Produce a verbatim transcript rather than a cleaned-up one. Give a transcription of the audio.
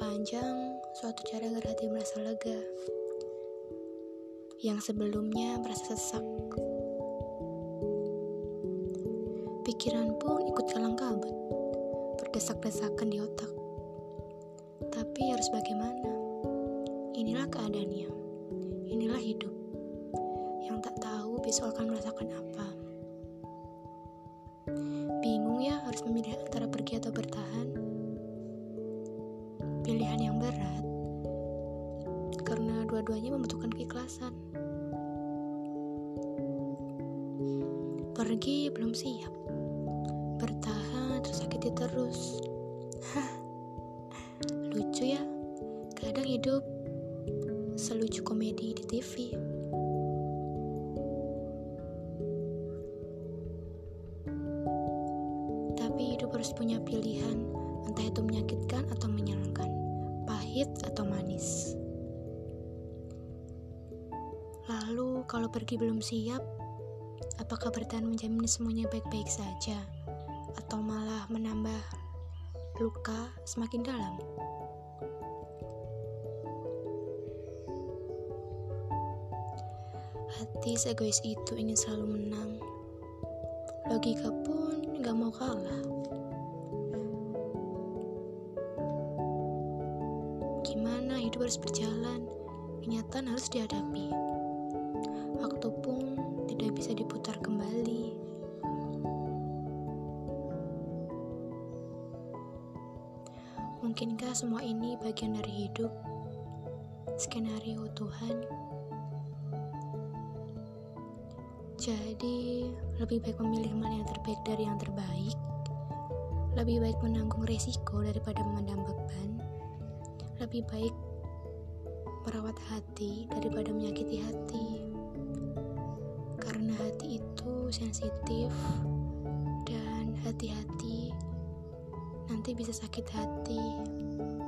panjang, suatu cara agar hati merasa lega, yang sebelumnya merasa sesak. Pikiran pun ikut kalang kabut, berdesak-desakan di otak. Tapi harus bagaimana? Inilah keadaannya, inilah hidup, yang tak tahu besok akan merasakan apa. Bingung ya harus memilih antara pergi atau bertahan? Pilihan yang berat, karena dua-duanya membutuhkan keikhlasan. Pergi belum siap, bertahan tersakiti terus. Hah, lucu ya, kadang hidup selucu komedi di T V. Tapi hidup harus punya pilihan, entah itu menyakitkan atau menyenangkan, pahit atau manis. Lalu kalau pergi belum siap, apakah bertahan menjamin semuanya baik-baik saja, atau malah menambah luka semakin dalam? Hati seegois itu ingin selalu menang, logika pun gak mau kalah. Gimana hidup harus berjalan, kenyataan harus dihadapi. Waktu pun tidak bisa diputar kembali. Mungkinkah semua ini bagian dari hidup? Skenario Tuhan? Jadi, lebih baik memilih mana yang terbaik dari yang terbaik. Lebih baik menanggung resiko daripada memendam beban. Lebih baik merawat hati daripada menyakiti hati. Karena hati itu sensitif, dan hati-hati nanti bisa sakit hati.